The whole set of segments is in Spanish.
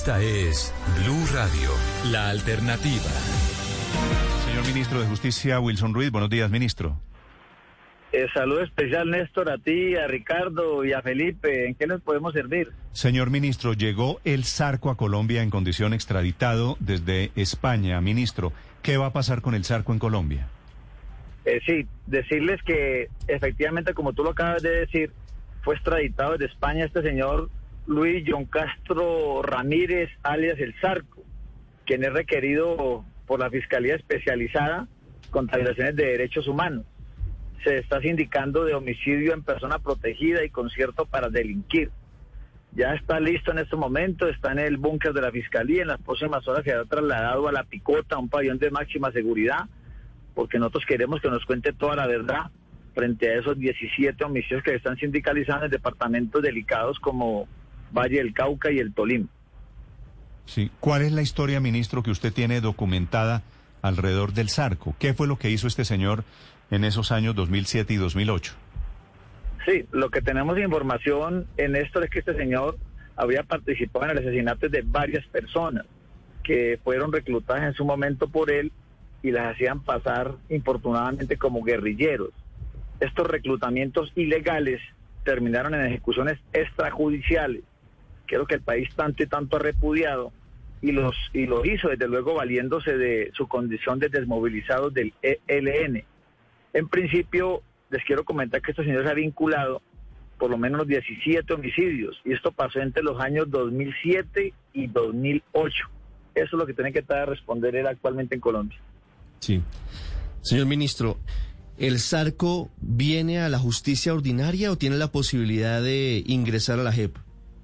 Esta es Blue Radio, la alternativa. Señor Ministro de Justicia, Wilson Ruiz. Buenos días, ministro. Saludo especial, Néstor, a ti, a Ricardo y a Felipe. ¿En qué les podemos servir? Señor ministro, llegó el Sarco a Colombia en condición extraditado desde España. Ministro, ¿qué va a pasar con el Sarco en Colombia? Sí, decirles que efectivamente, como tú lo acabas de decir, fue extraditado desde España este señor Luis John Castro Ramírez, alias El Sarco, quien es requerido por la Fiscalía Especializada contra Violaciones de Derechos Humanos. Se está sindicando de homicidio en persona protegida y concierto para delinquir. Ya está listo en este momento, está en el búnker de la Fiscalía. En las próximas horas será trasladado a La Picota, a un pabellón de máxima seguridad, porque nosotros queremos que nos cuente toda la verdad frente a esos 17 homicidios que están sindicalizados en departamentos delicados como Valle del Cauca y el Tolima. Sí. ¿Cuál es la historia, ministro, que usted tiene documentada alrededor del Sarco? ¿Qué fue lo que hizo este señor en esos años 2007 y 2008? Sí, lo que tenemos de información en esto es que este señor había participado en el asesinato de varias personas que fueron reclutadas en su momento por él y las hacían pasar infortunadamente como guerrilleros. Estos reclutamientos ilegales terminaron en ejecuciones extrajudiciales, que es lo que el país tanto y tanto ha repudiado, y lo hizo desde luego valiéndose de su condición de desmovilizados del ELN. En principio, les quiero comentar que este señor se ha vinculado por lo menos 17 homicidios, y esto pasó entre los años 2007 y 2008. Eso es lo que tiene que responder él actualmente en Colombia. Sí. Señor ministro, ¿el Sarco viene a la justicia ordinaria o tiene la posibilidad de ingresar a la JEP?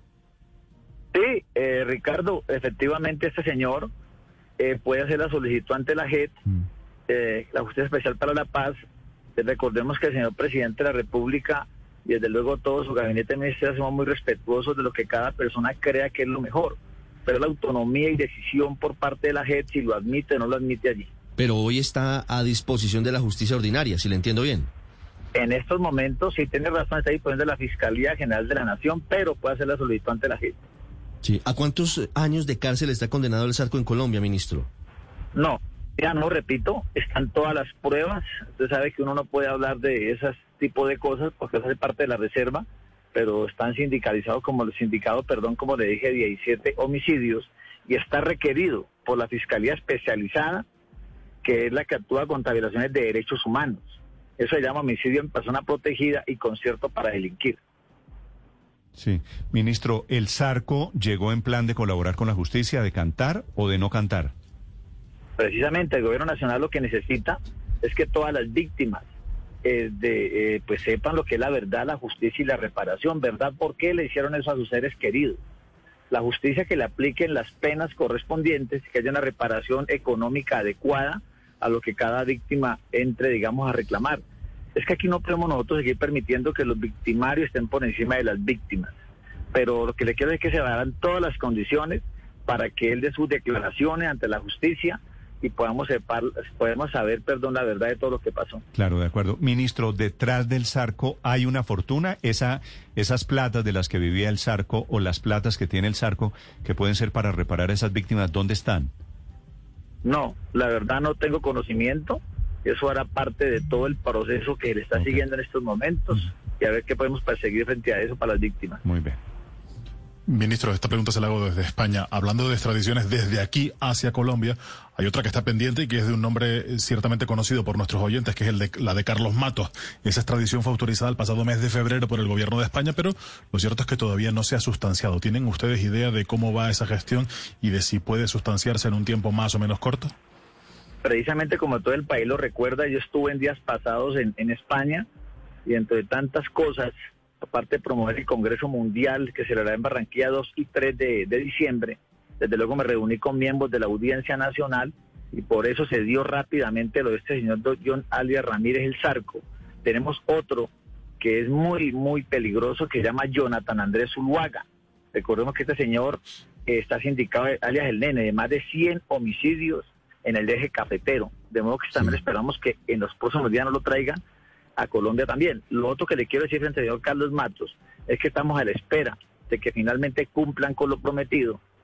Sí, Ricardo, efectivamente este señor puede hacer la solicitud ante la JEP, la Justicia Especial para la Paz. Recordemos que el señor presidente de la República y desde luego todo su gabinete ministerial somos muy respetuosos de lo que cada persona crea que es lo mejor, pero la autonomía y decisión por parte de la JEP si lo admite o no lo admite allí. Pero hoy está a disposición de la justicia ordinaria, si le entiendo bien. En estos momentos, sí tiene razón, está disponible de la Fiscalía General de la Nación, pero puede hacer la solicitud ante la JEP. Sí. ¿A cuántos años de cárcel está condenado el Sarco en Colombia, ministro? No, ya no, repito, están todas las pruebas. Usted sabe que uno no puede hablar de ese tipo de cosas porque eso hace parte de la reserva, pero están sindicalizados como le dije, 17 homicidios, y está requerido por la Fiscalía Especializada, que es la que actúa contra violaciones de derechos humanos. Eso se llama homicidio en persona protegida y concierto para delinquir. Sí. Ministro, ¿el Sarco llegó en plan de colaborar con la justicia, de cantar o de no cantar? Precisamente el gobierno nacional lo que necesita es que todas las víctimas pues sepan lo que es la verdad, la justicia y la reparación. ¿Verdad? ¿Por qué le hicieron eso a sus seres queridos? La justicia, que le apliquen las penas correspondientes, que haya una reparación económica adecuada a lo que cada víctima entre, digamos, a reclamar. Es que aquí no podemos nosotros seguir permitiendo que los victimarios estén por encima de las víctimas. Pero lo que le quiero es que se darán todas las condiciones para que él dé sus declaraciones ante la justicia y podamos saber, la verdad de todo lo que pasó. Claro, de acuerdo. Ministro, detrás del Sarco hay una fortuna, esas platas de las que vivía el Sarco o las platas que tiene el Sarco que pueden ser para reparar a esas víctimas, ¿dónde están? No, la verdad no tengo conocimiento. Eso hará parte de todo el proceso que le está siguiendo en estos momentos y a ver qué podemos perseguir frente a eso para las víctimas. Muy bien. Ministro, esta pregunta se la hago desde España. Hablando de extradiciones desde aquí hacia Colombia, hay otra que está pendiente y que es de un nombre ciertamente conocido por nuestros oyentes, que es la de Carlos Matos. Esa extradición fue autorizada el pasado mes de febrero por el gobierno de España, pero lo cierto es que todavía no se ha sustanciado. ¿Tienen ustedes idea de cómo va esa gestión y de si puede sustanciarse en un tiempo más o menos corto? Precisamente como todo el país lo recuerda, yo estuve en días pasados en España y entre tantas cosas, aparte de promover el Congreso Mundial que se celebrará en Barranquilla 2 y 3 de diciembre, desde luego me reuní con miembros de la Audiencia Nacional y por eso se dio rápidamente lo de este señor John alias Ramírez El Sarco. Tenemos otro que es muy, muy peligroso que se llama Jonathan Andrés Zuluaga. Recordemos que este señor está sindicado alias El Nene de más de 100 homicidios en el eje cafetero, de modo que también esperamos que en los próximos días nos lo traigan a Colombia también. Lo otro que le quiero decir al señor Carlos Matos es que estamos a la espera de que finalmente cumplan con lo prometido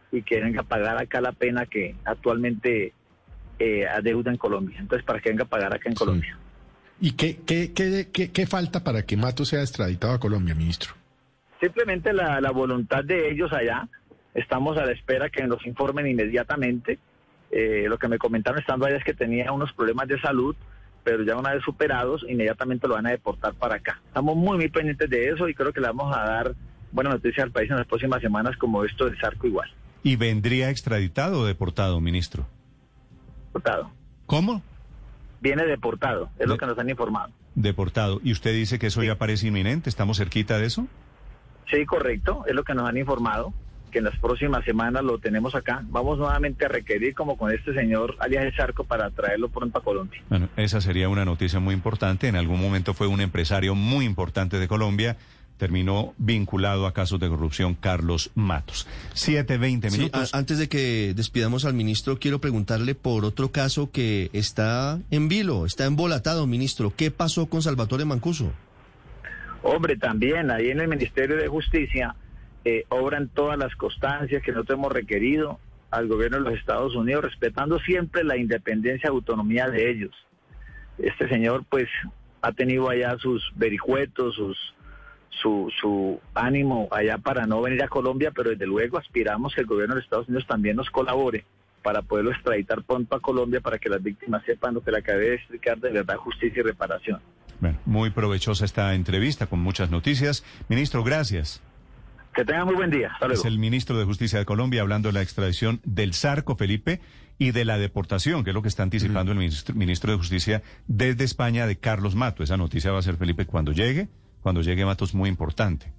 y que venga a pagar acá la pena que actualmente adeuda en Colombia. Entonces, para que venga a pagar acá en Colombia. ¿Y qué falta para que Matos sea extraditado a Colombia, ministro? Simplemente la voluntad de ellos allá. Estamos a la espera que nos informen inmediatamente. Lo que me comentaron estando allá es que tenía unos problemas de salud, pero ya una vez superados, inmediatamente lo van a deportar para acá. Estamos muy pendientes de eso y creo que le vamos a dar buena noticia al país en las próximas semanas, como esto del Zarco igual. ¿Y vendría extraditado o deportado, ministro? Deportado. ¿Cómo? Viene deportado, es lo que nos han informado. Deportado. ¿Y usted dice que eso ya parece inminente? ¿Estamos cerquita de eso? Sí, correcto, es lo que nos han informado, que en las próximas semanas lo tenemos acá. Vamos nuevamente a requerir, como con este señor alias El Zarco, para traerlo pronto a Colombia. Bueno, esa sería una noticia muy importante. En algún momento fue un empresario muy importante de Colombia. Terminó vinculado a casos de corrupción, Carlos Matos. 7:20 minutos. Sí, antes de que despidamos al ministro, quiero preguntarle por otro caso que está en vilo, está embolatado, ministro. ¿Qué pasó con Salvatore Mancuso? Hombre, también ahí en el Ministerio de Justicia obran todas las constancias que nosotros hemos requerido al gobierno de los Estados Unidos, respetando siempre la independencia y autonomía de ellos. Este señor pues ha tenido allá sus vericuetos, su ánimo allá para no venir a Colombia, pero desde luego aspiramos que el gobierno de los Estados Unidos también nos colabore para poderlo extraditar pronto a Colombia, para que las víctimas sepan lo que le acabé de explicar, de verdad, justicia y reparación. Bueno, muy provechosa esta entrevista con muchas noticias. Ministro, gracias. Que tenga muy buen día. Hasta luego. Es el ministro de Justicia de Colombia hablando de la extradición del Zarco, Felipe, y de la deportación, que es lo que está anticipando el ministro de Justicia desde España, de Carlos Matos. Esa noticia va a ser, Felipe, cuando llegue Matos, muy importante.